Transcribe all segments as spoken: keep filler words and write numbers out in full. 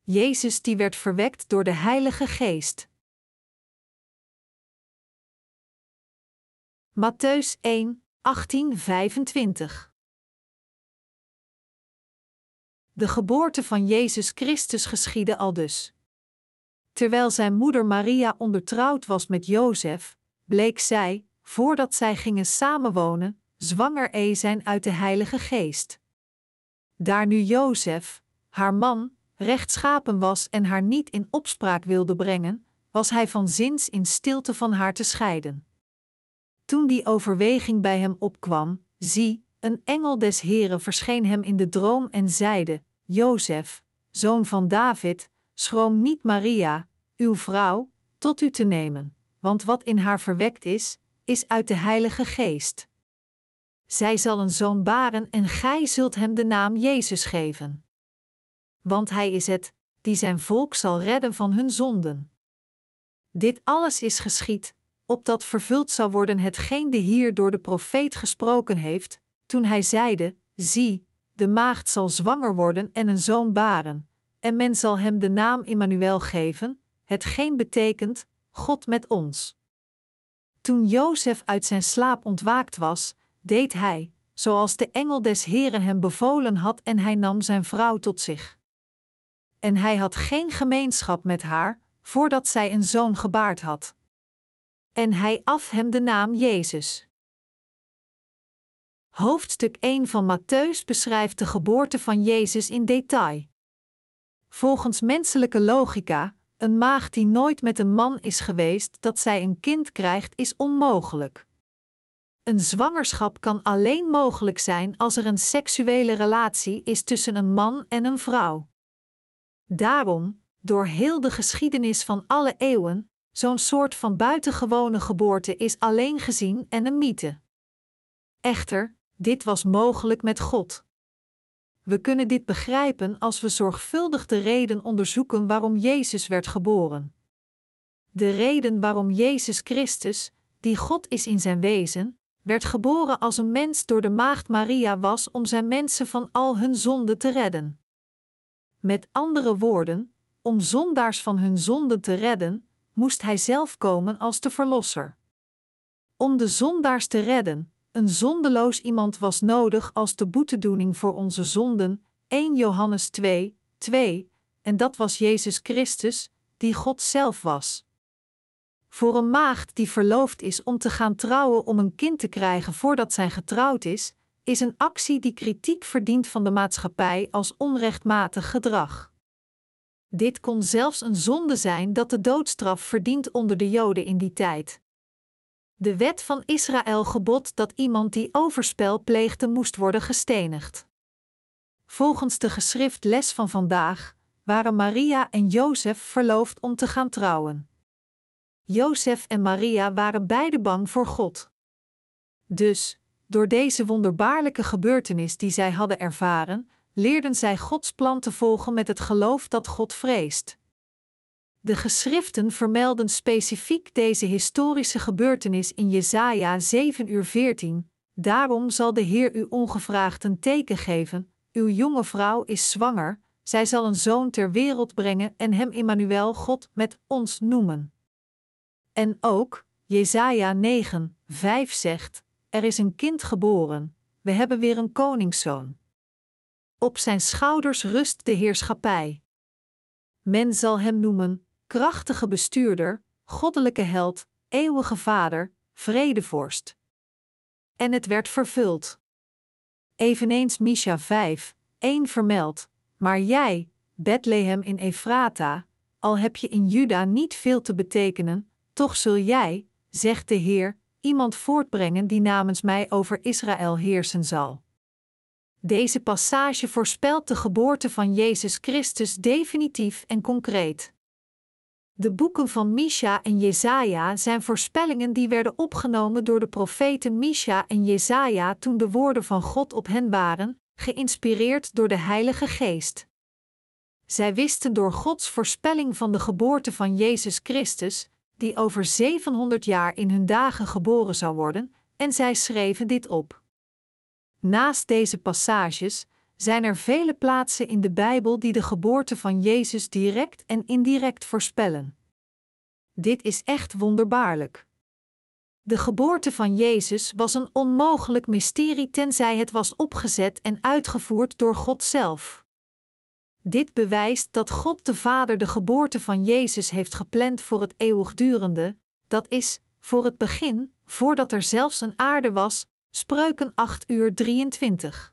Jezus die werd verwekt door de Heilige Geest. Mattheüs één, achttien vijfentwintig. De geboorte van Jezus Christus geschiedde aldus. Terwijl zijn moeder Maria ondertrouwd was met Jozef, bleek zij, voordat zij gingen samenwonen, zwanger te zijn uit de Heilige Geest. Daar nu Jozef, haar man, rechtschapen was en haar niet in opspraak wilde brengen, was hij van zins in stilte van haar te scheiden. Toen die overweging bij hem opkwam, zie, een engel des Heren verscheen hem in de droom en zeide: Jozef, zoon van David, schroom niet Maria, uw vrouw, tot u te nemen, want wat in haar verwekt is, is uit de Heilige Geest. Zij zal een zoon baren en gij zult hem de naam Jezus geven. Want hij is het, die zijn volk zal redden van hun zonden. Dit alles is geschied, opdat vervuld zou worden hetgeen de Heer door de profeet gesproken heeft, toen hij zeide: zie, de maagd zal zwanger worden en een zoon baren, en men zal hem de naam Immanuel geven, hetgeen betekent, God met ons. Toen Jozef uit zijn slaap ontwaakt was, deed hij, zoals de engel des Heren hem bevolen had, en hij nam zijn vrouw tot zich. En hij had geen gemeenschap met haar, voordat zij een zoon gebaard had. En hij af hem de naam Jezus. Hoofdstuk één van Mattheüs beschrijft de geboorte van Jezus in detail. Volgens menselijke logica, een maagd die nooit met een man is geweest, dat zij een kind krijgt, is onmogelijk. Een zwangerschap kan alleen mogelijk zijn als er een seksuele relatie is tussen een man en een vrouw. Daarom, door heel de geschiedenis van alle eeuwen, zo'n soort van buitengewone geboorte is alleen gezien en een mythe. Echter, dit was mogelijk met God. We kunnen dit begrijpen als we zorgvuldig de reden onderzoeken waarom Jezus werd geboren. De reden waarom Jezus Christus, die God is in zijn wezen, werd geboren als een mens door de maagd Maria was om zijn mensen van al hun zonden te redden. Met andere woorden, om zondaars van hun zonden te redden, moest hij zelf komen als de verlosser. Om de zondaars te redden, een zondeloos iemand was nodig als de boetedoening voor onze zonden, eerste Johannes twee, twee, en dat was Jezus Christus, die God zelf was. Voor een maagd die verloofd is om te gaan trouwen om een kind te krijgen voordat zij getrouwd is, is een actie die kritiek verdient van de maatschappij als onrechtmatig gedrag. Dit kon zelfs een zonde zijn dat de doodstraf verdient onder de Joden in die tijd. De wet van Israël gebod dat iemand die overspel pleegde moest worden gestenigd. Volgens de geschriftles van vandaag waren Maria en Jozef verloofd om te gaan trouwen. Jozef en Maria waren beide bang voor God. Dus, door deze wonderbaarlijke gebeurtenis die zij hadden ervaren, leerden zij Gods plan te volgen met het geloof dat God vreest. De geschriften vermelden specifiek deze historische gebeurtenis in Jesaja zeven uur veertien. Daarom zal de Heer u ongevraagd een teken geven, uw jonge vrouw is zwanger, zij zal een zoon ter wereld brengen en hem Immanuel God met ons noemen. En ook, Jesaja negen, vijf zegt, er is een kind geboren, we hebben weer een koningszoon. Op zijn schouders rust de heerschappij. Men zal hem noemen, krachtige bestuurder, goddelijke held, eeuwige vader, vredevorst. En het werd vervuld. Eveneens Micha vijf, één vermeldt, maar jij, Bethlehem in Efrata, al heb je in Juda niet veel te betekenen, toch zul jij, zegt de Heer, iemand voortbrengen die namens mij over Israël heersen zal. Deze passage voorspelt de geboorte van Jezus Christus definitief en concreet. De boeken van Micha en Jesaja zijn voorspellingen die werden opgenomen door de profeten Micha en Jesaja toen de woorden van God op hen waren, geïnspireerd door de Heilige Geest. Zij wisten door Gods voorspelling van de geboorte van Jezus Christus, die over zevenhonderd jaar in hun dagen geboren zou worden, en zij schreven dit op. Naast deze passages zijn er vele plaatsen in de Bijbel die de geboorte van Jezus direct en indirect voorspellen. Dit is echt wonderbaarlijk. De geboorte van Jezus was een onmogelijk mysterie tenzij het was opgezet en uitgevoerd door God zelf. Dit bewijst dat God de Vader de geboorte van Jezus heeft gepland voor het eeuwigdurende, dat is, voor het begin, voordat er zelfs een aarde was, Spreuken acht uur drieëntwintig.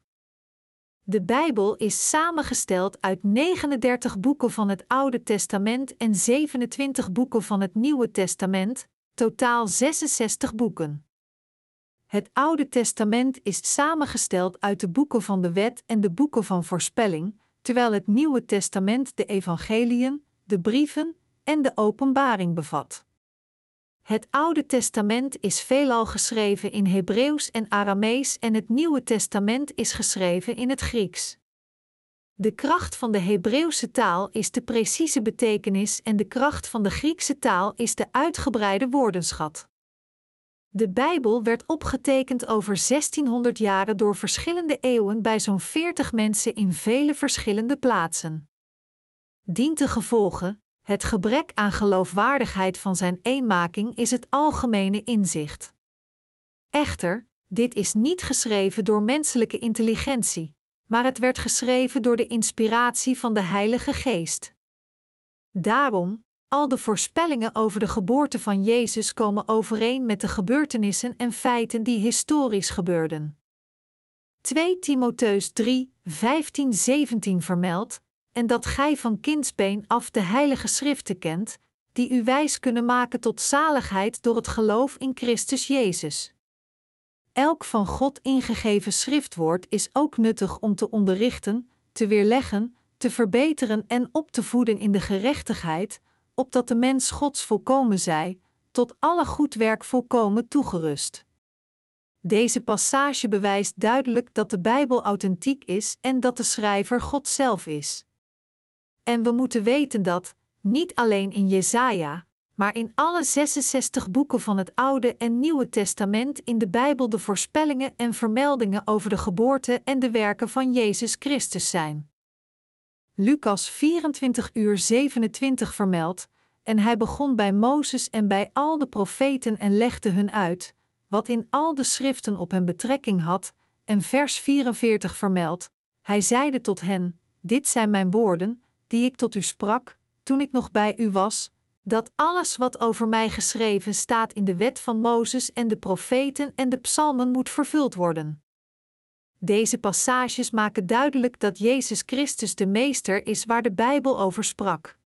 De Bijbel is samengesteld uit negenendertig boeken van het Oude Testament en zevenentwintig boeken van het Nieuwe Testament, totaal zesenzestig boeken. Het Oude Testament is samengesteld uit de boeken van de Wet en de boeken van voorspelling, terwijl het Nieuwe Testament de evangeliën, de brieven en de openbaring bevat. Het Oude Testament is veelal geschreven in Hebreeuws en Aramees en het Nieuwe Testament is geschreven in het Grieks. De kracht van de Hebreeuwse taal is de precieze betekenis en de kracht van de Griekse taal is de uitgebreide woordenschat. De Bijbel werd opgetekend over zestienhonderd jaren door verschillende eeuwen bij zo'n veertig mensen in vele verschillende plaatsen. Dientengevolge, het gebrek aan geloofwaardigheid van zijn eenmaking is het algemene inzicht. Echter, dit is niet geschreven door menselijke intelligentie, maar het werd geschreven door de inspiratie van de Heilige Geest. Daarom, al de voorspellingen over de geboorte van Jezus komen overeen met de gebeurtenissen en feiten die historisch gebeurden. twee Timotheus drie, vijftien zeventien vermeldt, en dat gij van kindsbeen af de heilige schriften kent, die u wijs kunnen maken tot zaligheid door het geloof in Christus Jezus. Elk van God ingegeven schriftwoord is ook nuttig om te onderrichten, te weerleggen, te verbeteren en op te voeden in de gerechtigheid, opdat de mens Gods volkomen zij, tot alle goed werk volkomen toegerust. Deze passage bewijst duidelijk dat de Bijbel authentiek is en dat de schrijver God zelf is. En we moeten weten dat, niet alleen in Jesaja, maar in alle zesenzestig boeken van het Oude en Nieuwe Testament in de Bijbel de voorspellingen en vermeldingen over de geboorte en de werken van Jezus Christus zijn. Lucas vierentwintig uur zevenentwintig vermeldt, en hij begon bij Mozes en bij al de profeten en legde hun uit, wat in al de schriften op hem betrekking had, en vers vierenveertig vermeldt, hij zeide tot hen, dit zijn mijn woorden, die ik tot u sprak, toen ik nog bij u was, dat alles wat over mij geschreven staat in de wet van Mozes en de profeten en de psalmen moet vervuld worden. Deze passages maken duidelijk dat Jezus Christus de meester is waar de Bijbel over sprak.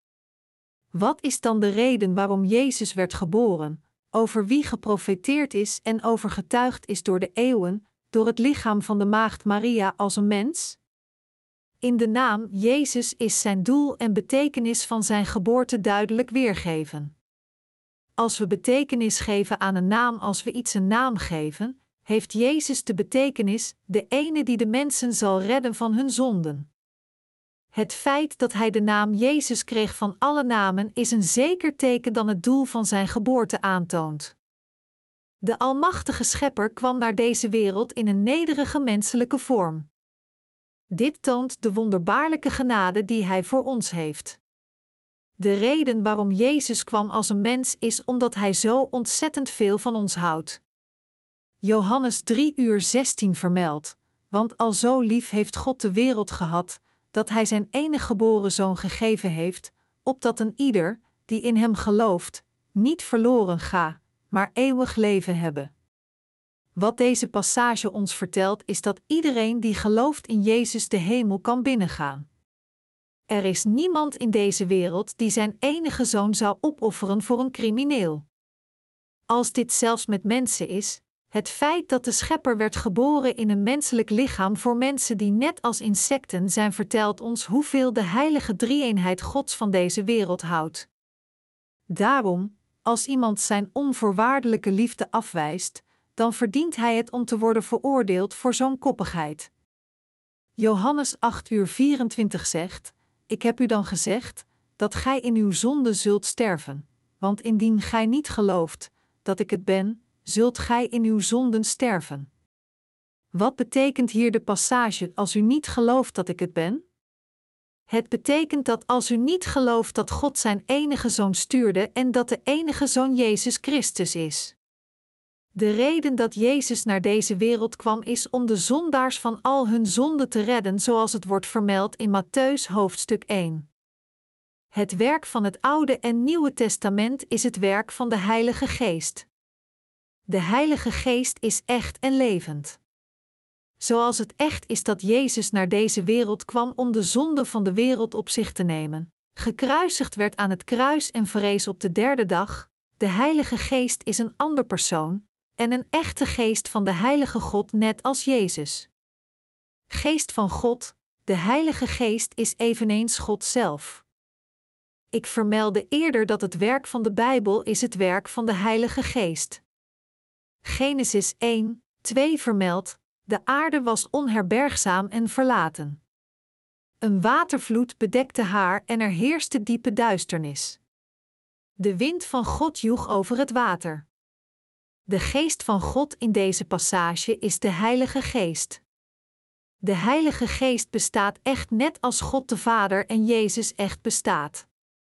Wat is dan de reden waarom Jezus werd geboren, over wie geprofeteerd is en over getuigd is door de eeuwen, door het lichaam van de maagd Maria als een mens? In de naam Jezus is zijn doel en betekenis van zijn geboorte duidelijk weergeven. Als we betekenis geven aan een naam als we iets een naam geven, heeft Jezus de betekenis, de ene die de mensen zal redden van hun zonden. Het feit dat hij de naam Jezus kreeg van alle namen is een zeker teken dat het doel van zijn geboorte aantoont. De Almachtige Schepper kwam naar deze wereld in een nederige menselijke vorm. Dit toont de wonderbaarlijke genade die hij voor ons heeft. De reden waarom Jezus kwam als een mens is omdat hij zo ontzettend veel van ons houdt. Johannes drie uur zestien vermeldt, want al zo lief heeft God de wereld gehad, dat hij zijn enige geboren zoon gegeven heeft, opdat een ieder, die in hem gelooft, niet verloren ga, maar eeuwig leven hebben. Wat deze passage ons vertelt is dat iedereen die gelooft in Jezus de hemel kan binnengaan. Er is niemand in deze wereld die zijn enige zoon zou opofferen voor een crimineel. Als dit zelfs met mensen is, het feit dat de Schepper werd geboren in een menselijk lichaam voor mensen die net als insecten zijn vertelt ons hoeveel de heilige drie-eenheid Gods van deze wereld houdt. Daarom, als iemand zijn onvoorwaardelijke liefde afwijst, dan verdient hij het om te worden veroordeeld voor zo'n koppigheid. Johannes acht uur vierentwintig zegt, ik heb u dan gezegd, dat gij in uw zonde zult sterven, want indien gij niet gelooft, dat ik het ben, zult gij in uw zonden sterven. Wat betekent hier de passage als u niet gelooft dat ik het ben? Het betekent dat als u niet gelooft dat God zijn enige Zoon stuurde en dat de enige Zoon Jezus Christus is. De reden dat Jezus naar deze wereld kwam is om de zondaars van al hun zonden te redden, zoals het wordt vermeld in Mattheüs hoofdstuk één. Het werk van het Oude en Nieuwe Testament is het werk van de Heilige Geest. De Heilige Geest is echt en levend. Zoals het echt is dat Jezus naar deze wereld kwam om de zonde van de wereld op zich te nemen, gekruisigd werd aan het kruis en verrees op de derde dag, de Heilige Geest is een ander persoon, en een echte geest van de Heilige God net als Jezus. Geest van God, de Heilige Geest is eveneens God zelf. Ik vermeldde eerder dat het werk van de Bijbel is het werk van de Heilige Geest. Genesis één, twee vermeldt: de aarde was onherbergzaam en verlaten. Een watervloed bedekte haar en er heerste diepe duisternis. De wind van God joeg over het water. De geest van God in deze passage is de Heilige Geest. De Heilige Geest bestaat echt net als God de Vader en Jezus echt bestaat.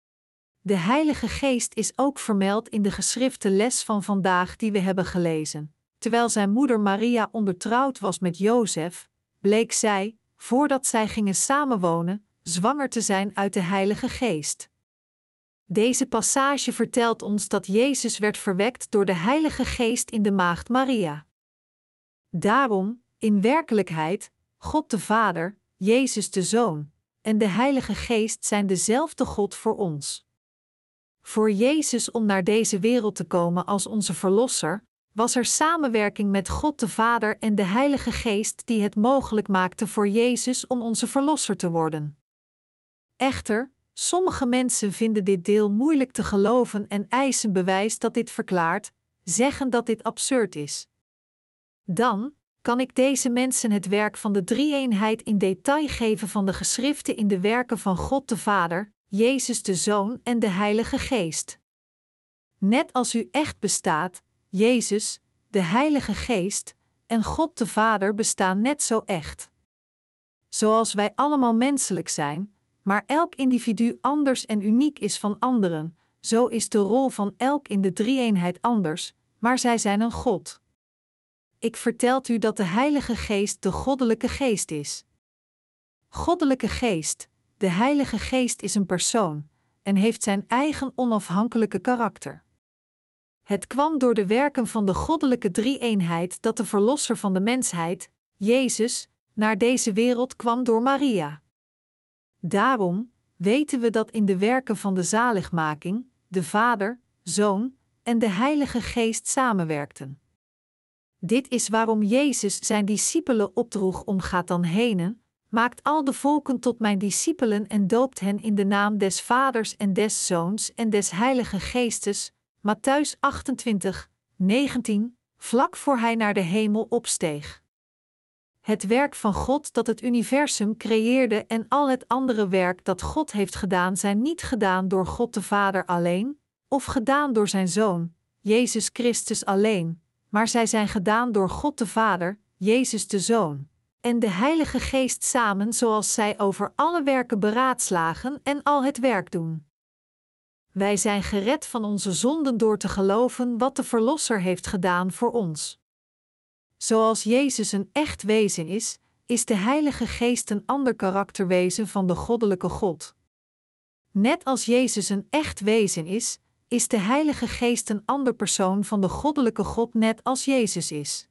De Heilige Geest is ook vermeld in de geschrifte les van vandaag die we hebben gelezen. Terwijl zijn moeder Maria ondertrouwd was met Jozef, bleek zij, voordat zij gingen samenwonen, zwanger te zijn uit de Heilige Geest. Deze passage vertelt ons dat Jezus werd verwekt door de Heilige Geest in de maagd Maria. Daarom, in werkelijkheid, God de Vader, Jezus de Zoon en de Heilige Geest zijn dezelfde God voor ons. Voor Jezus om naar deze wereld te komen als onze Verlosser, was er samenwerking met God de Vader en de Heilige Geest die het mogelijk maakte voor Jezus om onze Verlosser te worden. Echter, sommige mensen vinden dit deel moeilijk te geloven en eisen bewijs dat dit verklaart, zeggen dat dit absurd is. Dan kan ik deze mensen het werk van de drie-eenheid in detail geven van de geschriften in de werken van God de Vader, Jezus de Zoon en de Heilige Geest. Net als u echt bestaat, Jezus, de Heilige Geest en God de Vader bestaan net zo echt. Zoals wij allemaal menselijk zijn, maar elk individu anders en uniek is van anderen, zo is de rol van elk in de drie-eenheid anders, maar zij zijn een God. Ik vertel u dat de Heilige Geest de Goddelijke Geest is. Goddelijke Geest, de Heilige Geest is een persoon en heeft zijn eigen onafhankelijke karakter. Het kwam door de werken van de goddelijke drie-eenheid dat de Verlosser van de mensheid, Jezus, naar deze wereld kwam door Maria. Daarom weten we dat in de werken van de zaligmaking de Vader, Zoon en de Heilige Geest samenwerkten. Dit is waarom Jezus zijn discipelen opdroeg om gaat dan henen, maakt al de volken tot mijn discipelen en doopt hen in de naam des Vaders en des Zoons en des Heilige Geestes, Mattheüs achtentwintig, negentien, vlak voor hij naar de hemel opsteeg. Het werk van God dat het universum creëerde en al het andere werk dat God heeft gedaan zijn niet gedaan door God de Vader alleen, of gedaan door zijn Zoon, Jezus Christus alleen, maar zij zijn gedaan door God de Vader, Jezus de Zoon, en de Heilige Geest samen zoals zij over alle werken beraadslagen en al het werk doen. Wij zijn gered van onze zonden door te geloven wat de Verlosser heeft gedaan voor ons. Zoals Jezus een echt wezen is, is de Heilige Geest een ander karakterwezen van de goddelijke God. Net als Jezus een echt wezen is, is de Heilige Geest een ander persoon van de goddelijke God net als Jezus is.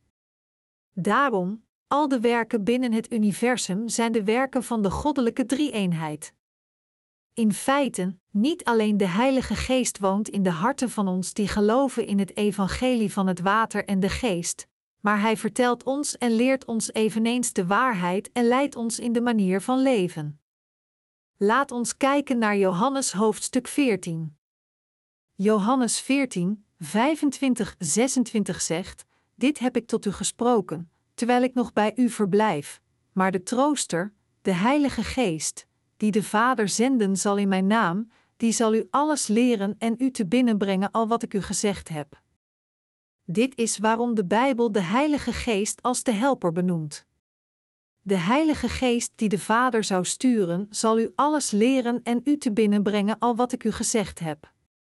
Daarom, al de werken binnen het universum zijn de werken van de goddelijke drie-eenheid. In feite, niet alleen de Heilige Geest woont in de harten van ons die geloven in het evangelie van het water en de geest, maar Hij vertelt ons en leert ons eveneens de waarheid en leidt ons in de manier van leven. Laat ons kijken naar Johannes hoofdstuk veertien. Johannes veertien, vijfentwintig tot zesentwintig zegt: Dit heb ik tot u gesproken, terwijl ik nog bij u verblijf, maar de Trooster, de Heilige Geest, die de Vader zenden zal in mijn naam, die zal u alles leren en u te binnenbrengen al wat ik u gezegd heb. Dit is waarom de Bijbel de Heilige Geest als de Helper benoemt. De Heilige Geest die de Vader zou sturen, zal u alles leren en u te binnenbrengen al wat ik u gezegd heb.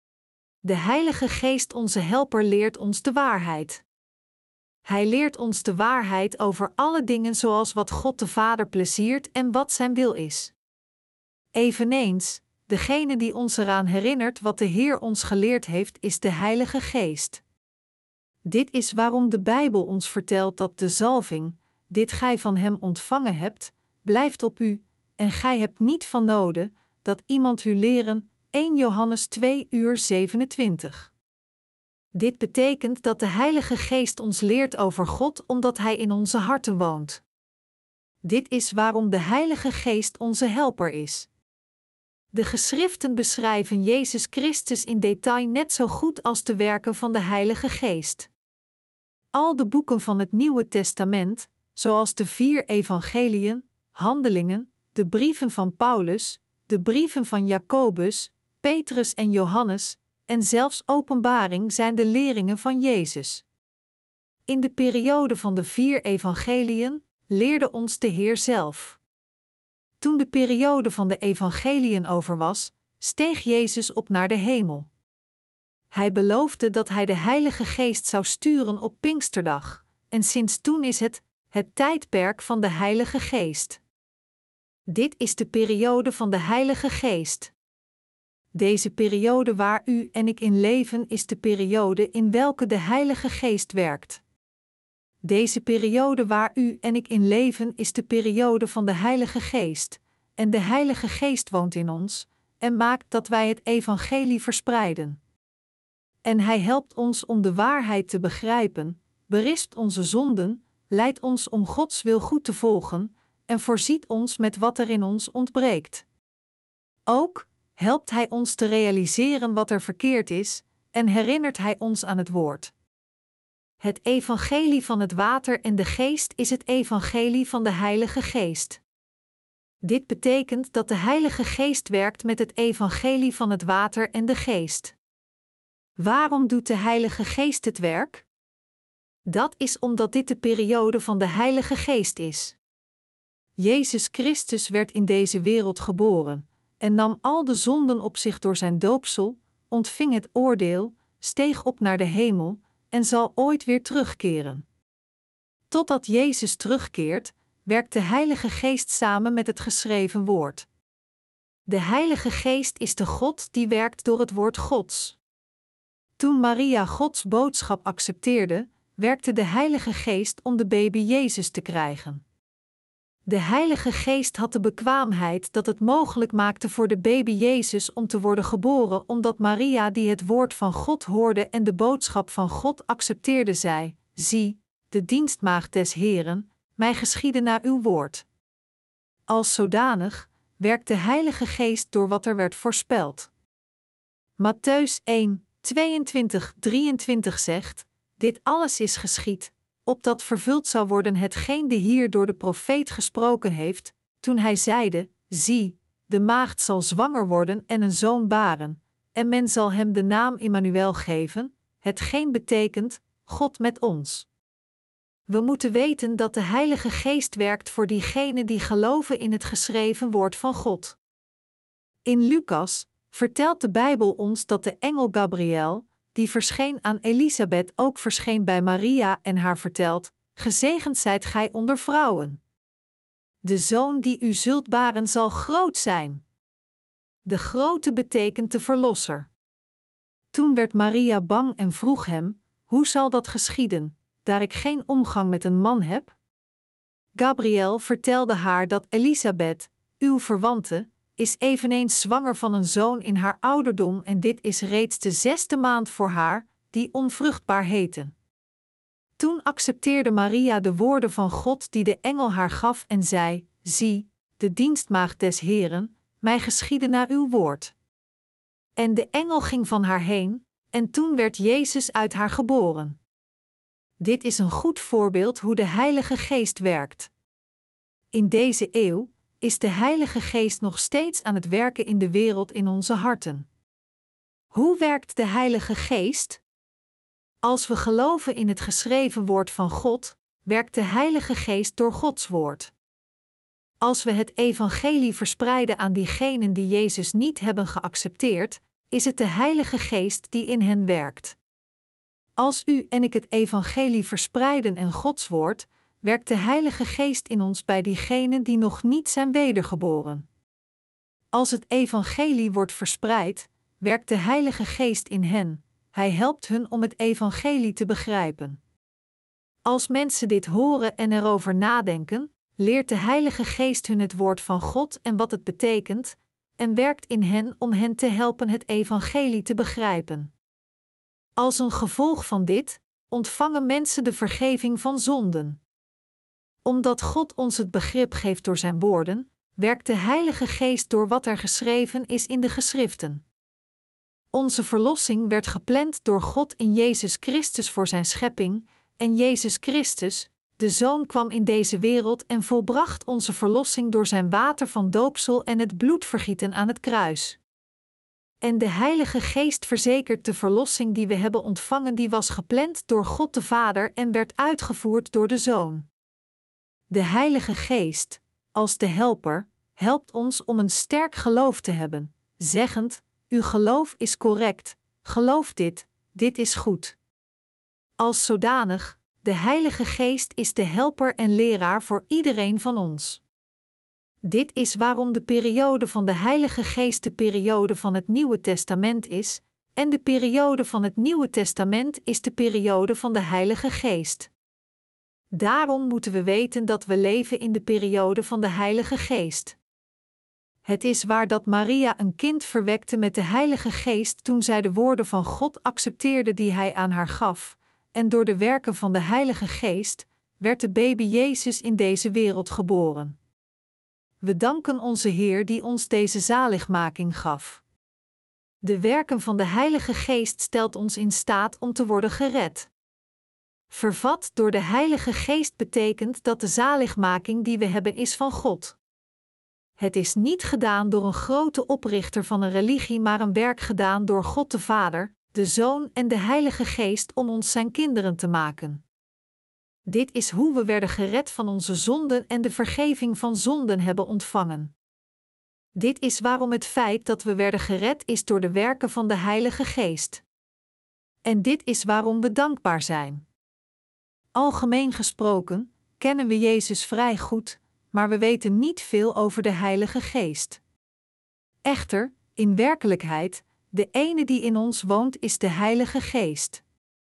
De Heilige Geest, onze Helper, leert ons de waarheid. Hij leert ons de waarheid over alle dingen zoals wat God de Vader pleziert en wat zijn wil is. Eveneens, degene die ons eraan herinnert wat de Heer ons geleerd heeft, is de Heilige Geest. Dit is waarom de Bijbel ons vertelt dat de zalving, dit gij van hem ontvangen hebt, blijft op u, en gij hebt niet van noden, dat iemand u leren, eerste Johannes twee uur zevenentwintig. Dit betekent dat de Heilige Geest ons leert over God omdat Hij in onze harten woont. Dit is waarom de Heilige Geest onze helper is. De geschriften beschrijven Jezus Christus in detail net zo goed als de werken van de Heilige Geest. Al de boeken van het Nieuwe Testament, zoals de vier evangeliën, Handelingen, de brieven van Paulus, de brieven van Jacobus, Petrus en Johannes, en zelfs Openbaring zijn de leringen van Jezus. In de periode van de vier evangeliën leerde ons de Heer zelf. Toen de periode van de evangeliën over was, steeg Jezus op naar de hemel. Hij beloofde dat hij de Heilige Geest zou sturen op Pinksterdag, en sinds toen is het het tijdperk van de Heilige Geest. Dit is de periode van de Heilige Geest. Deze periode waar u en ik in leven is de periode in welke de Heilige Geest werkt. Deze periode waar u en ik in leven is de periode van de Heilige Geest, en de Heilige Geest woont in ons, en maakt dat wij het evangelie verspreiden. En Hij helpt ons om de waarheid te begrijpen, berispt onze zonden, leidt ons om Gods wil goed te volgen, en voorziet ons met wat er in ons ontbreekt. Ook helpt Hij ons te realiseren wat er verkeerd is, en herinnert Hij ons aan het woord. Het evangelie van het water en de geest is het evangelie van de Heilige Geest. Dit betekent dat de Heilige Geest werkt met het evangelie van het water en de geest. Waarom doet de Heilige Geest het werk? Dat is omdat dit de periode van de Heilige Geest is. Jezus Christus werd in deze wereld geboren, en nam al de zonden op zich door zijn doopsel, ontving het oordeel, steeg op naar de hemel, en zal ooit weer terugkeren. Totdat Jezus terugkeert, werkt de Heilige Geest samen met het geschreven woord. De Heilige Geest is de God die werkt door het woord Gods. Toen Maria Gods boodschap accepteerde, werkte de Heilige Geest om de baby Jezus te krijgen. De Heilige Geest had de bekwaamheid dat het mogelijk maakte voor de baby Jezus om te worden geboren, omdat Maria, die het woord van God hoorde en de boodschap van God accepteerde, zei: Zie, de dienstmaagd des Heeren, mij geschieden naar uw woord. Als zodanig werkt de Heilige Geest door wat er werd voorspeld. Mattheüs één, tweeëntwintig tot drieëntwintig zegt: Dit alles is geschied, opdat vervuld zou worden hetgeen de Heer door de profeet gesproken heeft, toen hij zeide: Zie, de maagd zal zwanger worden en een zoon baren, en men zal hem de naam Immanuel geven, hetgeen betekent, God met ons. We moeten weten dat de Heilige Geest werkt voor diegenen die geloven in het geschreven woord van God. In Lucas vertelt de Bijbel ons dat de engel Gabriël, die verscheen aan Elisabeth, ook verscheen bij Maria en haar vertelt: Gezegend zijt gij onder vrouwen. De zoon die u zult baren zal groot zijn. De grote betekent de verlosser. Toen werd Maria bang en vroeg hem: Hoe zal dat geschieden, daar ik geen omgang met een man heb? Gabriël vertelde haar dat Elisabeth, uw verwante, is eveneens zwanger van een zoon in haar ouderdom, en dit is reeds de zesde maand voor haar, die onvruchtbaar heette. Toen accepteerde Maria de woorden van God die de engel haar gaf en zei: Zie, de dienstmaagd des Heeren, mij geschieden naar uw woord. En de engel ging van haar heen, en toen werd Jezus uit haar geboren. Dit is een goed voorbeeld hoe de Heilige Geest werkt. In deze eeuw is de Heilige Geest nog steeds aan het werken in de wereld in onze harten. Hoe werkt de Heilige Geest? Als we geloven in het geschreven woord van God, werkt de Heilige Geest door Gods woord. Als we het evangelie verspreiden aan diegenen die Jezus niet hebben geaccepteerd, is het de Heilige Geest die in hen werkt. Als u en ik het evangelie verspreiden en Gods woord, werkt de Heilige Geest in ons bij diegenen die nog niet zijn wedergeboren. Als het evangelie wordt verspreid, werkt de Heilige Geest in hen. Hij helpt hun om het evangelie te begrijpen. Als mensen dit horen en erover nadenken, leert de Heilige Geest hun het woord van God en wat het betekent, en werkt in hen om hen te helpen het evangelie te begrijpen. Als een gevolg van dit, ontvangen mensen de vergeving van zonden. Omdat God ons het begrip geeft door zijn woorden, werkt de Heilige Geest door wat er geschreven is in de geschriften. Onze verlossing werd gepland door God in Jezus Christus voor zijn schepping, en Jezus Christus, de Zoon, kwam in deze wereld en volbracht onze verlossing door zijn water van doopsel en het bloedvergieten aan het kruis. En de Heilige Geest verzekert de verlossing die we hebben ontvangen, die was gepland door God de Vader en werd uitgevoerd door de Zoon. De Heilige Geest, als de helper, helpt ons om een sterk geloof te hebben, zeggend: uw geloof is correct, geloof dit, dit is goed. Als zodanig, de Heilige Geest is de helper en leraar voor iedereen van ons. Dit is waarom de periode van de Heilige Geest de periode van het Nieuwe Testament is, en de periode van het Nieuwe Testament is de periode van de Heilige Geest. Daarom moeten we weten dat we leven in de periode van de Heilige Geest. Het is waar dat Maria een kind verwekte met de Heilige Geest toen zij de woorden van God accepteerde die Hij aan haar gaf, en door de werken van de Heilige Geest werd de baby Jezus in deze wereld geboren. We danken onze Heer die ons deze zaligmaking gaf. De werken van de Heilige Geest stelt ons in staat om te worden gered. Vervat door de Heilige Geest betekent dat de zaligmaking die we hebben is van God. Het is niet gedaan door een grote oprichter van een religie, maar een werk gedaan door God de Vader, de Zoon en de Heilige Geest om ons zijn kinderen te maken. Dit is hoe we werden gered van onze zonden en de vergeving van zonden hebben ontvangen. Dit is waarom het feit dat we werden gered is door de werken van de Heilige Geest. En dit is waarom we dankbaar zijn. Algemeen gesproken, kennen we Jezus vrij goed, maar we weten niet veel over de Heilige Geest. Echter, in werkelijkheid, de ene die in ons woont is de Heilige Geest.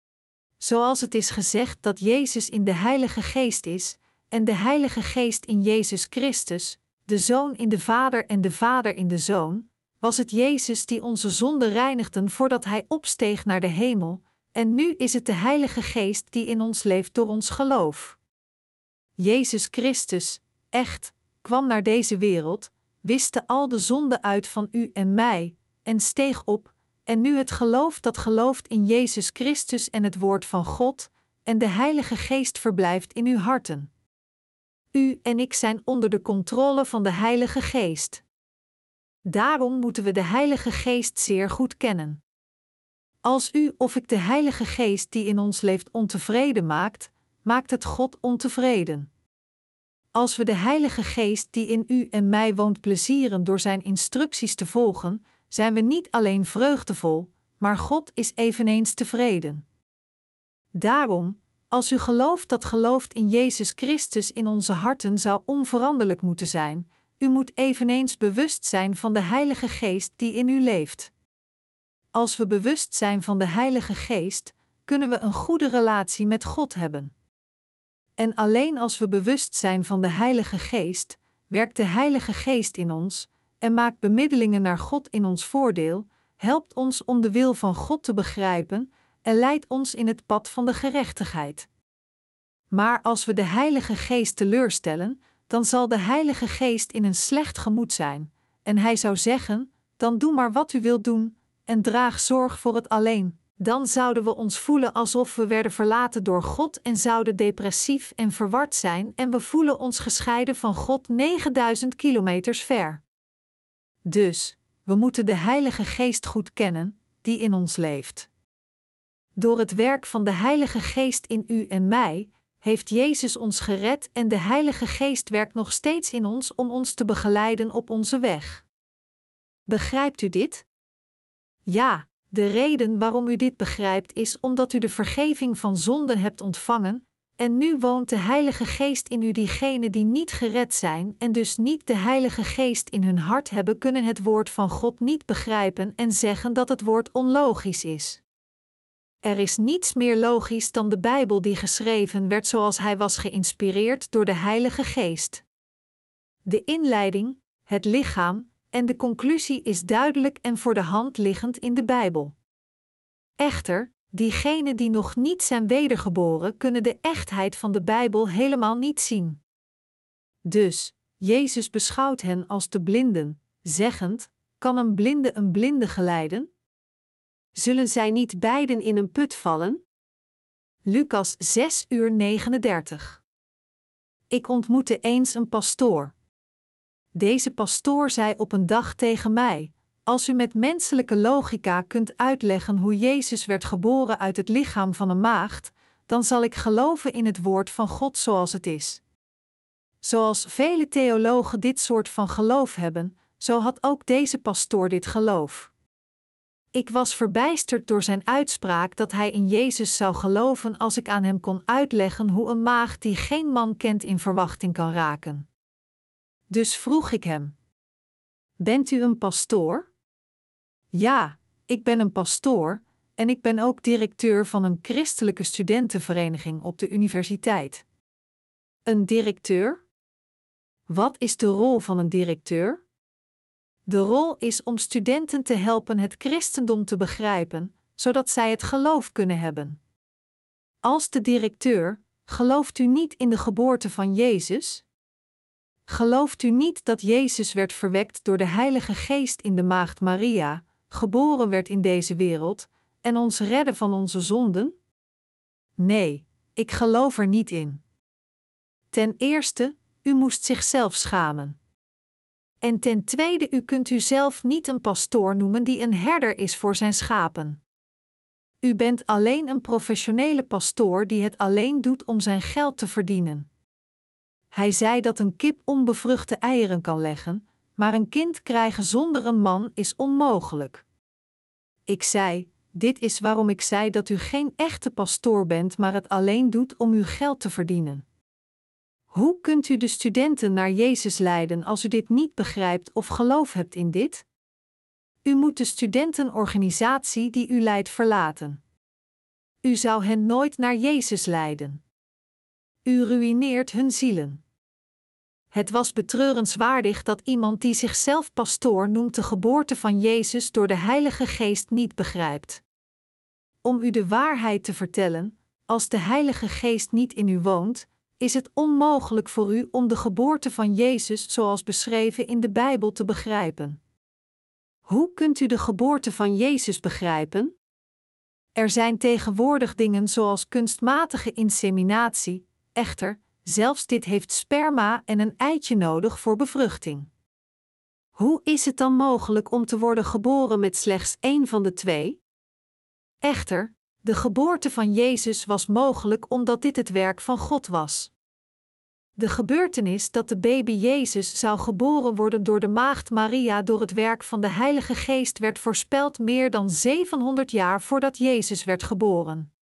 Zoals het is gezegd dat Jezus in de Heilige Geest is, en de Heilige Geest in Jezus Christus, de Zoon in de Vader en de Vader in de Zoon, was het Jezus die onze zonden reinigden voordat Hij opsteeg naar de hemel, en nu is het de Heilige Geest die in ons leeft door ons geloof. Jezus Christus, echt, kwam naar deze wereld, wiste al de zonden uit van u en mij, en steeg op, en nu het geloof dat gelooft in Jezus Christus en het woord van God, en de Heilige Geest verblijft in uw harten. U en ik zijn onder de controle van de Heilige Geest. Daarom moeten we de Heilige Geest zeer goed kennen. Als u of ik de Heilige Geest die in ons leeft ontevreden maakt, maakt het God ontevreden. Als we de Heilige Geest die in u en mij woont plezieren door zijn instructies te volgen, zijn we niet alleen vreugdevol, maar God is eveneens tevreden. Daarom, als u gelooft dat gelooft in Jezus Christus in onze harten zou onveranderlijk moeten zijn, u moet eveneens bewust zijn van de Heilige Geest die in u leeft. Als we bewust zijn van de Heilige Geest, kunnen we een goede relatie met God hebben. En alleen als we bewust zijn van de Heilige Geest, werkt de Heilige Geest in ons en maakt bemiddelingen naar God in ons voordeel, helpt ons om de wil van God te begrijpen en leidt ons in het pad van de gerechtigheid. Maar als we de Heilige Geest teleurstellen, dan zal de Heilige Geest in een slecht gemoed zijn, en hij zou zeggen: dan doe maar wat u wilt doen, en draag zorg voor het alleen. Dan zouden we ons voelen alsof we werden verlaten door God en zouden depressief en verward zijn en we voelen ons gescheiden van God negenduizend kilometers ver. Dus, we moeten de Heilige Geest goed kennen, die in ons leeft. Door het werk van de Heilige Geest in u en mij, heeft Jezus ons gered en de Heilige Geest werkt nog steeds in ons om ons te begeleiden op onze weg. Begrijpt u dit? Ja, de reden waarom u dit begrijpt is omdat u de vergeving van zonden hebt ontvangen, en nu woont de Heilige Geest in u. Diegenen die niet gered zijn en dus niet de Heilige Geest in hun hart hebben, kunnen het woord van God niet begrijpen en zeggen dat het woord onlogisch is. Er is niets meer logisch dan de Bijbel die geschreven werd zoals hij was geïnspireerd door de Heilige Geest. De inleiding, het lichaam en de conclusie is duidelijk en voor de hand liggend in de Bijbel. Echter, diegenen die nog niet zijn wedergeboren kunnen de echtheid van de Bijbel helemaal niet zien. Dus, Jezus beschouwt hen als de blinden, zeggend: kan een blinde een blinde geleiden? Zullen zij niet beiden in een put vallen? Lucas zes uur negenendertig. Ik ontmoette eens een pastoor. Deze pastoor zei op een dag tegen mij: als u met menselijke logica kunt uitleggen hoe Jezus werd geboren uit het lichaam van een maagd, dan zal ik geloven in het woord van God zoals het is. Zoals vele theologen dit soort van geloof hebben, zo had ook deze pastoor dit geloof. Ik was verbijsterd door zijn uitspraak dat hij in Jezus zou geloven als ik aan hem kon uitleggen hoe een maagd die geen man kent in verwachting kan raken. Dus vroeg ik hem: bent u een pastoor? Ja, ik ben een pastoor en ik ben ook directeur van een christelijke studentenvereniging op de universiteit. Een directeur? Wat is de rol van een directeur? De rol is om studenten te helpen het christendom te begrijpen, zodat zij het geloof kunnen hebben. Als de directeur, gelooft u niet in de geboorte van Jezus? Gelooft u niet dat Jezus werd verwekt door de Heilige Geest in de maagd Maria, geboren werd in deze wereld, en ons redde van onze zonden? Nee, ik geloof er niet in. Ten eerste, u moest zichzelf schamen. En ten tweede, u kunt uzelf niet een pastoor noemen die een herder is voor zijn schapen. U bent alleen een professionele pastoor die het alleen doet om zijn geld te verdienen. Hij zei dat een kip onbevruchte eieren kan leggen, maar een kind krijgen zonder een man is onmogelijk. Ik zei: dit is waarom ik zei dat u geen echte pastoor bent, maar het alleen doet om uw geld te verdienen. Hoe kunt u de studenten naar Jezus leiden als u dit niet begrijpt of geloof hebt in dit? U moet de studentenorganisatie die u leidt verlaten. U zou hen nooit naar Jezus leiden. U ruïneert hun zielen. Het was betreurenswaardig dat iemand die zichzelf pastoor noemt de geboorte van Jezus door de Heilige Geest niet begrijpt. Om u de waarheid te vertellen, als de Heilige Geest niet in u woont, is het onmogelijk voor u om de geboorte van Jezus zoals beschreven in de Bijbel te begrijpen. Hoe kunt u de geboorte van Jezus begrijpen? Er zijn tegenwoordig dingen zoals kunstmatige inseminatie, echter, zelfs dit heeft sperma en een eitje nodig voor bevruchting. Hoe is het dan mogelijk om te worden geboren met slechts één van de twee? Echter, de geboorte van Jezus was mogelijk omdat dit het werk van God was. De gebeurtenis dat de baby Jezus zou geboren worden door de maagd Maria door het werk van de Heilige Geest werd voorspeld meer dan zevenhonderd jaar voordat Jezus werd geboren.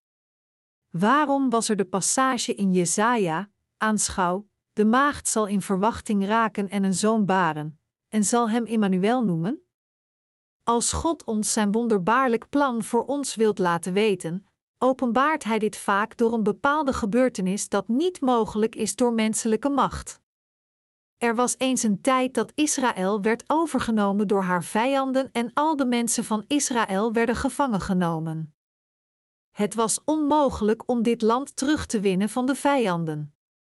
Waarom was er de passage in Jesaja: aanschouw, de maagd zal in verwachting raken en een zoon baren, en zal hem Immanuel noemen? Als God ons zijn wonderbaarlijk plan voor ons wilt laten weten, openbaart hij dit vaak door een bepaalde gebeurtenis dat niet mogelijk is door menselijke macht. Er was eens een tijd dat Israël werd overgenomen door haar vijanden en al de mensen van Israël werden gevangen genomen. Het was onmogelijk om dit land terug te winnen van de vijanden.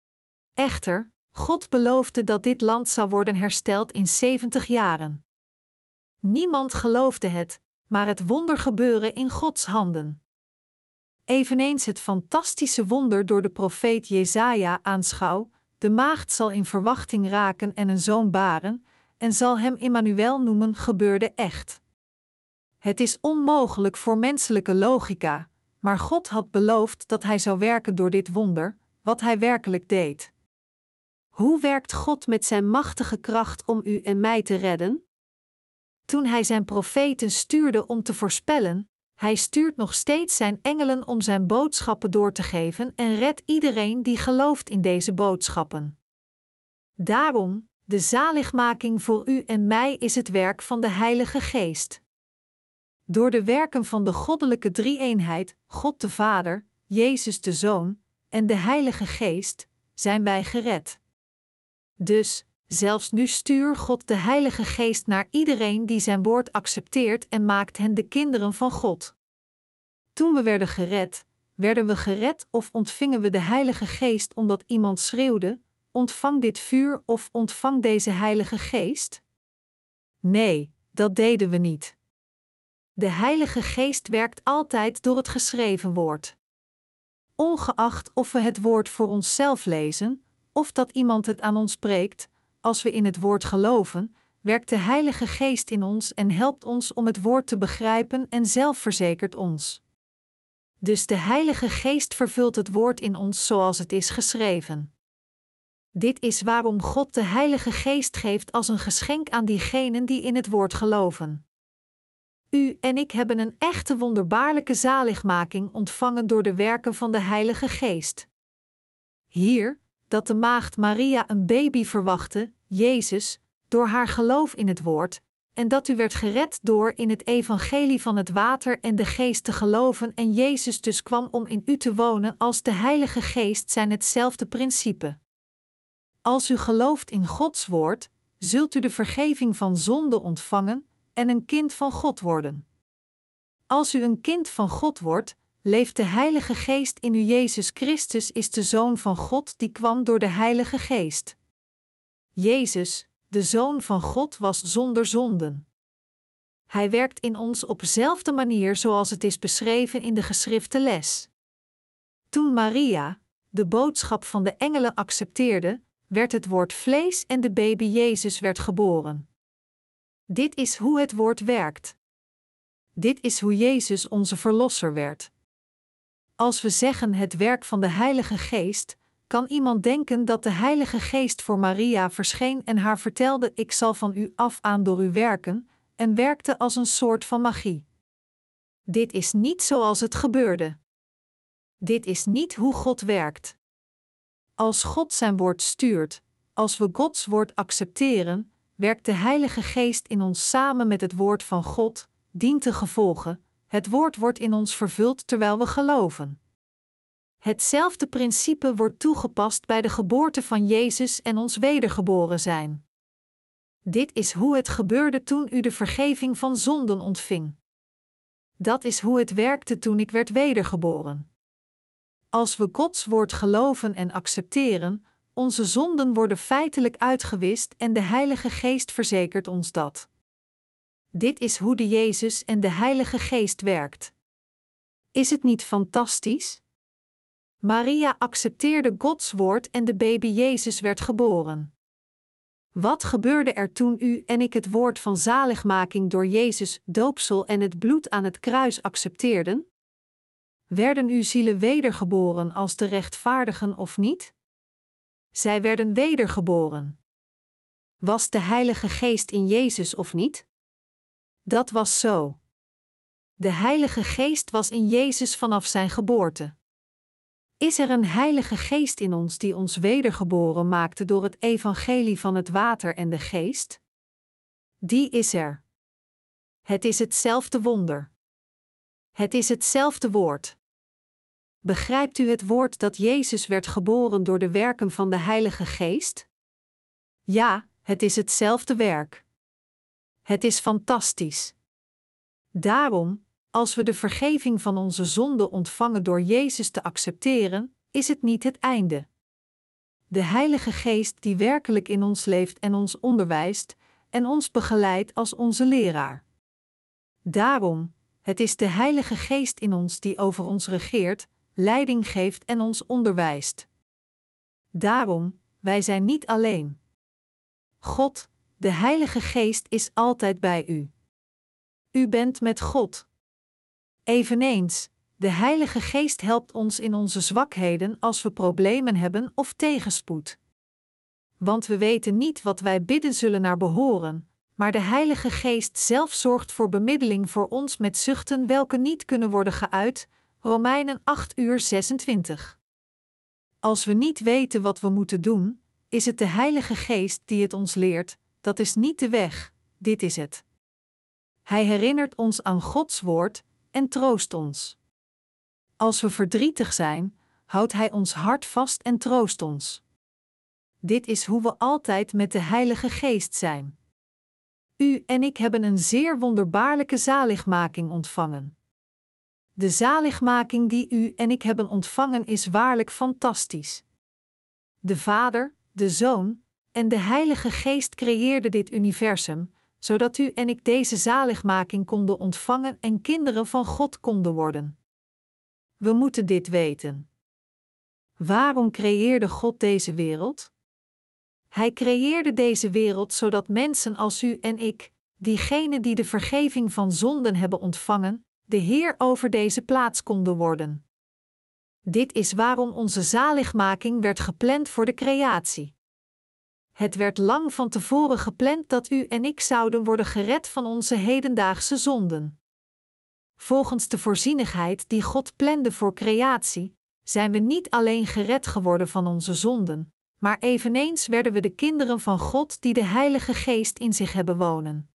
Echter, God beloofde dat dit land zou worden hersteld in zeventig jaren. Niemand geloofde het, maar het wonder gebeurde in Gods handen. Eveneens het fantastische wonder door de profeet Jesaja: aanschouw, de maagd zal in verwachting raken en een zoon baren, en zal hem Immanuel noemen, gebeurde echt. Het is onmogelijk voor menselijke logica, maar God had beloofd dat Hij zou werken door dit wonder, wat Hij werkelijk deed. Hoe werkt God met zijn machtige kracht om u en mij te redden? Toen Hij zijn profeten stuurde om te voorspellen, Hij stuurt nog steeds zijn engelen om zijn boodschappen door te geven en redt iedereen die gelooft in deze boodschappen. Daarom, de zaligmaking voor u en mij is het werk van de Heilige Geest. Door de werken van de goddelijke drie-eenheid, God de Vader, Jezus de Zoon en de Heilige Geest, zijn wij gered. Dus, zelfs nu stuurt God de Heilige Geest naar iedereen die zijn woord accepteert en maakt hen de kinderen van God. Toen we werden gered, werden we gered of ontvingen we de Heilige Geest omdat iemand schreeuwde: ontvang dit vuur of ontvang deze Heilige Geest? Nee, dat deden we niet. De Heilige Geest werkt altijd door het geschreven woord. Ongeacht of we het woord voor onszelf lezen, of dat iemand het aan ons spreekt, als we in het woord geloven, werkt de Heilige Geest in ons en helpt ons om het woord te begrijpen en zelfverzekert ons. Dus de Heilige Geest vervult het woord in ons zoals het is geschreven. Dit is waarom God de Heilige Geest geeft als een geschenk aan diegenen die in het woord geloven. U en ik hebben een echte wonderbaarlijke zaligmaking ontvangen door de werken van de Heilige Geest. Hier, dat de maagd Maria een baby verwachtte, Jezus, door haar geloof in het woord, en dat u werd gered door in het evangelie van het water en de Geest te geloven en Jezus dus kwam om in u te wonen als de Heilige Geest zijn hetzelfde principe. Als u gelooft in Gods woord, zult u de vergeving van zonde ontvangen en een kind van God worden. Als u een kind van God wordt, leeft de Heilige Geest in u. Jezus Christus is de Zoon van God die kwam door de Heilige Geest. Jezus, de Zoon van God, was zonder zonden. Hij werkt in ons op dezelfde manier zoals het is beschreven in de geschrifte les. Toen Maria de boodschap van de engelen accepteerde, werd het woord vlees en de baby Jezus werd geboren. Dit is hoe het woord werkt. Dit is hoe Jezus onze verlosser werd. Als we zeggen het werk van de Heilige Geest, kan iemand denken dat de Heilige Geest voor Maria verscheen en haar vertelde: ik zal van u af aan door u werken, en werkte als een soort van magie. Dit is niet zoals het gebeurde. Dit is niet hoe God werkt. Als God zijn woord stuurt, als we Gods woord accepteren, werkt de Heilige Geest in ons samen met het woord van God, dientengevolge, het woord wordt in ons vervuld terwijl we geloven. Hetzelfde principe wordt toegepast bij de geboorte van Jezus en ons wedergeboren zijn. Dit is hoe het gebeurde toen u de vergeving van zonden ontving. Dat is hoe het werkte toen ik werd wedergeboren. Als we Gods woord geloven en accepteren, onze zonden worden feitelijk uitgewist en de Heilige Geest verzekert ons dat. Dit is hoe de Jezus en de Heilige Geest werkt. Is het niet fantastisch? Maria accepteerde Gods woord en de baby Jezus werd geboren. Wat gebeurde er toen u en ik het woord van zaligmaking door Jezus, doopsel en het bloed aan het kruis accepteerden? Werden uw zielen wedergeboren als de rechtvaardigen of niet? Zij werden wedergeboren. Was de Heilige Geest in Jezus of niet? Dat was zo. De Heilige Geest was in Jezus vanaf zijn geboorte. Is er een Heilige Geest in ons die ons wedergeboren maakte door het evangelie van het water en de Geest? Die is er. Het is hetzelfde wonder. Het is hetzelfde woord. Begrijpt u het woord dat Jezus werd geboren door de werken van de Heilige Geest? Ja, het is hetzelfde werk. Het is fantastisch. Daarom, als we de vergeving van onze zonden ontvangen door Jezus te accepteren, is het niet het einde. De Heilige Geest die werkelijk in ons leeft en ons onderwijst en ons begeleidt als onze leraar. Daarom, het is de Heilige Geest in ons die over ons regeert, leiding geeft en ons onderwijst. Daarom, wij zijn niet alleen. God, de Heilige Geest is altijd bij u. U bent met God. Eveneens, De Heilige Geest helpt ons in onze zwakheden als we problemen hebben of tegenspoed. Want we weten niet wat wij bidden zullen naar behoren, maar de Heilige Geest zelf zorgt voor bemiddeling voor ons met zuchten welke niet kunnen worden geuit. Romeinen acht uur zesentwintig. Als we niet weten wat we moeten doen, is het de Heilige Geest die het ons leert. Dat is niet de weg, dit is het. Hij herinnert ons aan Gods woord en troost ons. Als we verdrietig zijn, houdt Hij ons hart vast en troost ons. Dit is hoe we altijd met de Heilige Geest zijn. U en ik hebben een zeer wonderbaarlijke zaligmaking ontvangen. De zaligmaking die u en ik hebben ontvangen is waarlijk fantastisch. De Vader, de Zoon en de Heilige Geest creëerden dit universum, zodat u en ik deze zaligmaking konden ontvangen en kinderen van God konden worden. We moeten dit weten. Waarom creëerde God deze wereld? Hij creëerde deze wereld zodat mensen als u en ik, diegenen die de vergeving van zonden hebben ontvangen, de Heer over deze plaats konden worden. Dit is waarom onze zaligmaking werd gepland voor de creatie. Het werd lang van tevoren gepland dat u en ik zouden worden gered van onze hedendaagse zonden. Volgens de voorzienigheid die God plande voor creatie, zijn we niet alleen gered geworden van onze zonden, maar eveneens werden we de kinderen van God die de Heilige Geest in zich hebben wonen.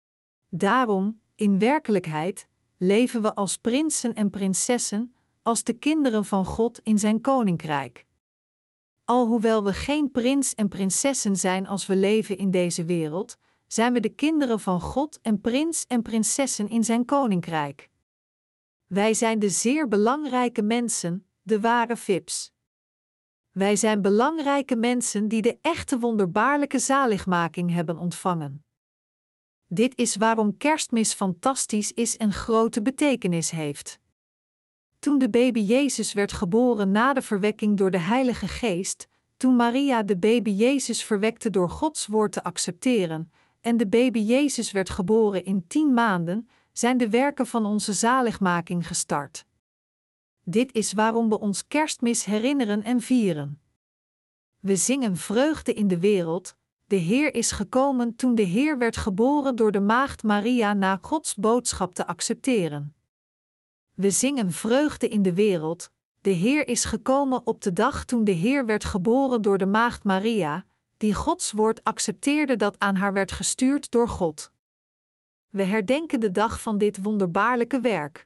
Daarom, in werkelijkheid, leven we als prinsen en prinsessen, als de kinderen van God in zijn koninkrijk. Alhoewel we geen prins en prinsessen zijn als we leven in deze wereld, zijn we de kinderen van God en prins en prinsessen in zijn koninkrijk. Wij zijn de zeer belangrijke mensen, de ware V I P's. Wij zijn belangrijke mensen die de echte wonderbaarlijke zaligmaking hebben ontvangen. Dit is waarom Kerstmis fantastisch is en grote betekenis heeft. Toen de baby Jezus werd geboren na de verwekking door de Heilige Geest, toen Maria de baby Jezus verwekte door Gods woord te accepteren, en de baby Jezus werd geboren in tien maanden, zijn de werken van onze zaligmaking gestart. Dit is waarom we ons Kerstmis herinneren en vieren. We zingen vreugde in de wereld. De Heer is gekomen toen de Heer werd geboren door de maagd Maria na Gods boodschap te accepteren. We zingen vreugde in de wereld. De Heer is gekomen op de dag toen de Heer werd geboren door de maagd Maria, die Gods woord accepteerde dat aan haar werd gestuurd door God. We herdenken de dag van dit wonderbaarlijke werk.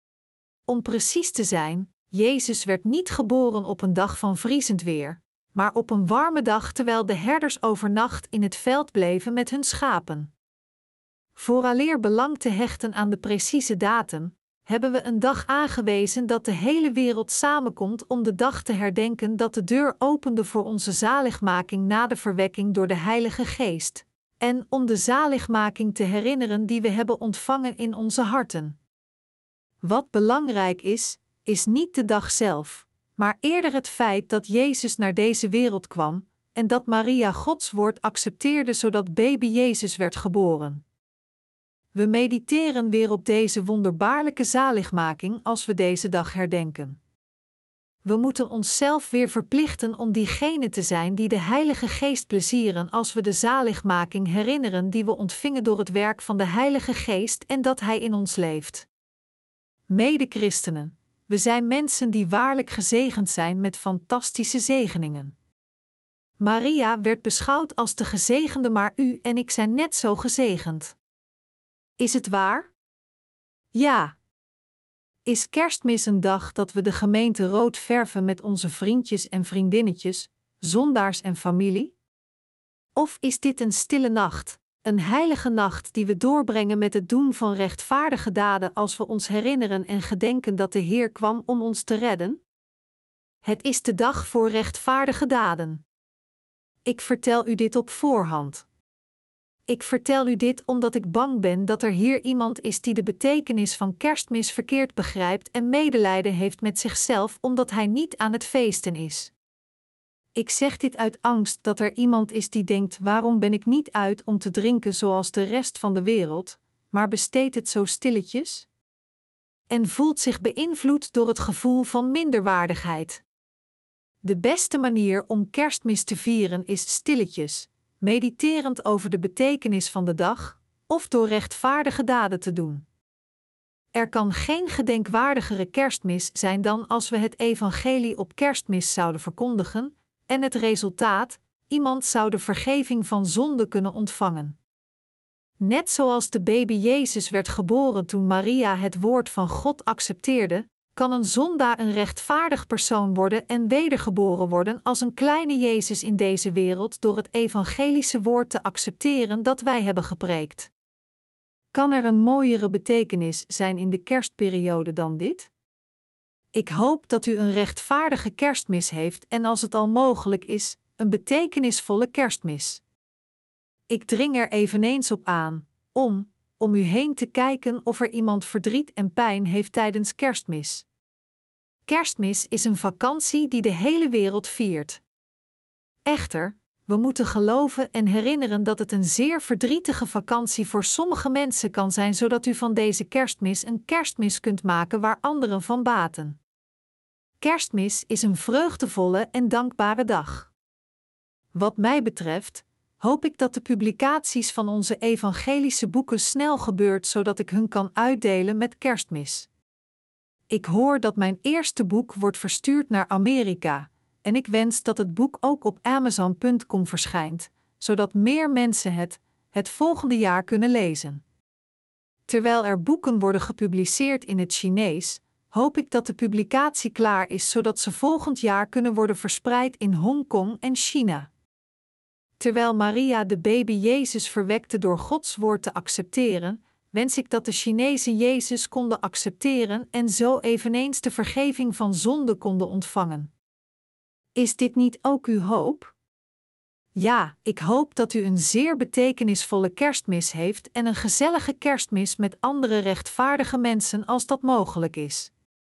Om precies te zijn, Jezus werd niet geboren op een dag van vriezend weer, maar op een warme dag terwijl de herders overnacht in het veld bleven met hun schapen. Vooraleer belang te hechten aan de precieze datum, hebben we een dag aangewezen dat de hele wereld samenkomt om de dag te herdenken dat de deur opende voor onze zaligmaking na de verwekking door de Heilige Geest, en om de zaligmaking te herinneren die we hebben ontvangen in onze harten. Wat belangrijk is, is niet de dag zelf, maar eerder het feit dat Jezus naar deze wereld kwam en dat Maria Gods woord accepteerde zodat baby Jezus werd geboren. We mediteren weer op deze wonderbaarlijke zaligmaking als we deze dag herdenken. We moeten onszelf weer verplichten om diegene te zijn die de Heilige Geest plezieren als we de zaligmaking herinneren die we ontvingen door het werk van de Heilige Geest en dat Hij in ons leeft. Mede-christenen, we zijn mensen die waarlijk gezegend zijn met fantastische zegeningen. Maria werd beschouwd als de gezegende, maar u en ik zijn net zo gezegend. Is het waar? Ja. Is Kerstmis een dag dat we de gemeente rood verven met onze vriendjes en vriendinnetjes, zondaars en familie? Of is dit een stille nacht, een heilige nacht die we doorbrengen met het doen van rechtvaardige daden als we ons herinneren en gedenken dat de Heer kwam om ons te redden? Het is de dag voor rechtvaardige daden. Ik vertel u dit op voorhand. Ik vertel u dit omdat ik bang ben dat er hier iemand is die de betekenis van Kerstmis verkeerd begrijpt en medelijden heeft met zichzelf omdat hij niet aan het feesten is. Ik zeg dit uit angst dat er iemand is die denkt: waarom ben ik niet uit om te drinken zoals de rest van de wereld, maar besteed het zo stilletjes? en voelt zich beïnvloed door het gevoel van minderwaardigheid. De beste manier om Kerstmis te vieren is stilletjes, mediterend over de betekenis van de dag, of door rechtvaardige daden te doen. Er kan geen gedenkwaardigere Kerstmis zijn dan als we het evangelie op Kerstmis zouden verkondigen, en het resultaat, iemand zou de vergeving van zonde kunnen ontvangen. Net zoals de baby Jezus werd geboren toen Maria het woord van God accepteerde, kan een zondaar een rechtvaardig persoon worden en wedergeboren worden als een kleine Jezus in deze wereld door het evangelische woord te accepteren dat wij hebben gepreekt. Kan er een mooiere betekenis zijn in de kerstperiode dan dit? Ik hoop dat u een rechtvaardige Kerstmis heeft en als het al mogelijk is, een betekenisvolle Kerstmis. Ik dring er eveneens op aan, om, om u heen te kijken of er iemand verdriet en pijn heeft tijdens Kerstmis. Kerstmis is een vakantie die de hele wereld viert. Echter, we moeten geloven en herinneren dat het een zeer verdrietige vakantie voor sommige mensen kan zijn, zodat u van deze Kerstmis een Kerstmis kunt maken waar anderen van baten. Kerstmis is een vreugdevolle en dankbare dag. Wat mij betreft, hoop ik dat de publicaties van onze evangelische boeken snel gebeurt, zodat ik hun kan uitdelen met Kerstmis. Ik hoor dat mijn eerste boek wordt verstuurd naar Amerika, en ik wens dat het boek ook op Amazon punt com verschijnt, zodat meer mensen het, het volgende jaar kunnen lezen. Terwijl er boeken worden gepubliceerd in het Chinees, hoop ik dat de publicatie klaar is zodat ze volgend jaar kunnen worden verspreid in Hongkong en China. Terwijl Maria de baby Jezus verwekte door Gods woord te accepteren, wens ik dat de Chinezen Jezus konden accepteren en zo eveneens de vergeving van zonde konden ontvangen. Is dit niet ook uw hoop? Ja, ik hoop dat u een zeer betekenisvolle Kerstmis heeft en een gezellige Kerstmis met andere rechtvaardige mensen als dat mogelijk is.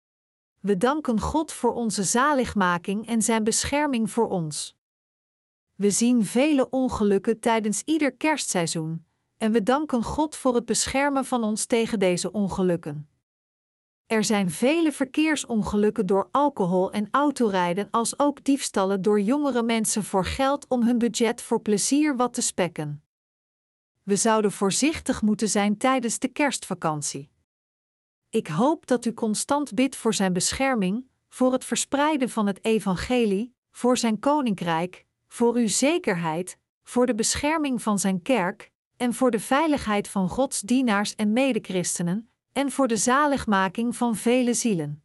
We danken God voor onze zaligmaking en zijn bescherming voor ons. We zien vele ongelukken tijdens ieder kerstseizoen, en we danken God voor het beschermen van ons tegen deze ongelukken. Er zijn vele verkeersongelukken door alcohol en autorijden, als ook diefstallen door jongere mensen voor geld om hun budget voor plezier wat te spekken. We zouden voorzichtig moeten zijn tijdens de kerstvakantie. Ik hoop dat u constant bidt voor zijn bescherming, voor het verspreiden van het evangelie, voor zijn koninkrijk, voor uw zekerheid, voor de bescherming van zijn kerk, en voor de veiligheid van Gods dienaars en medechristenen, en voor de zaligmaking van vele zielen.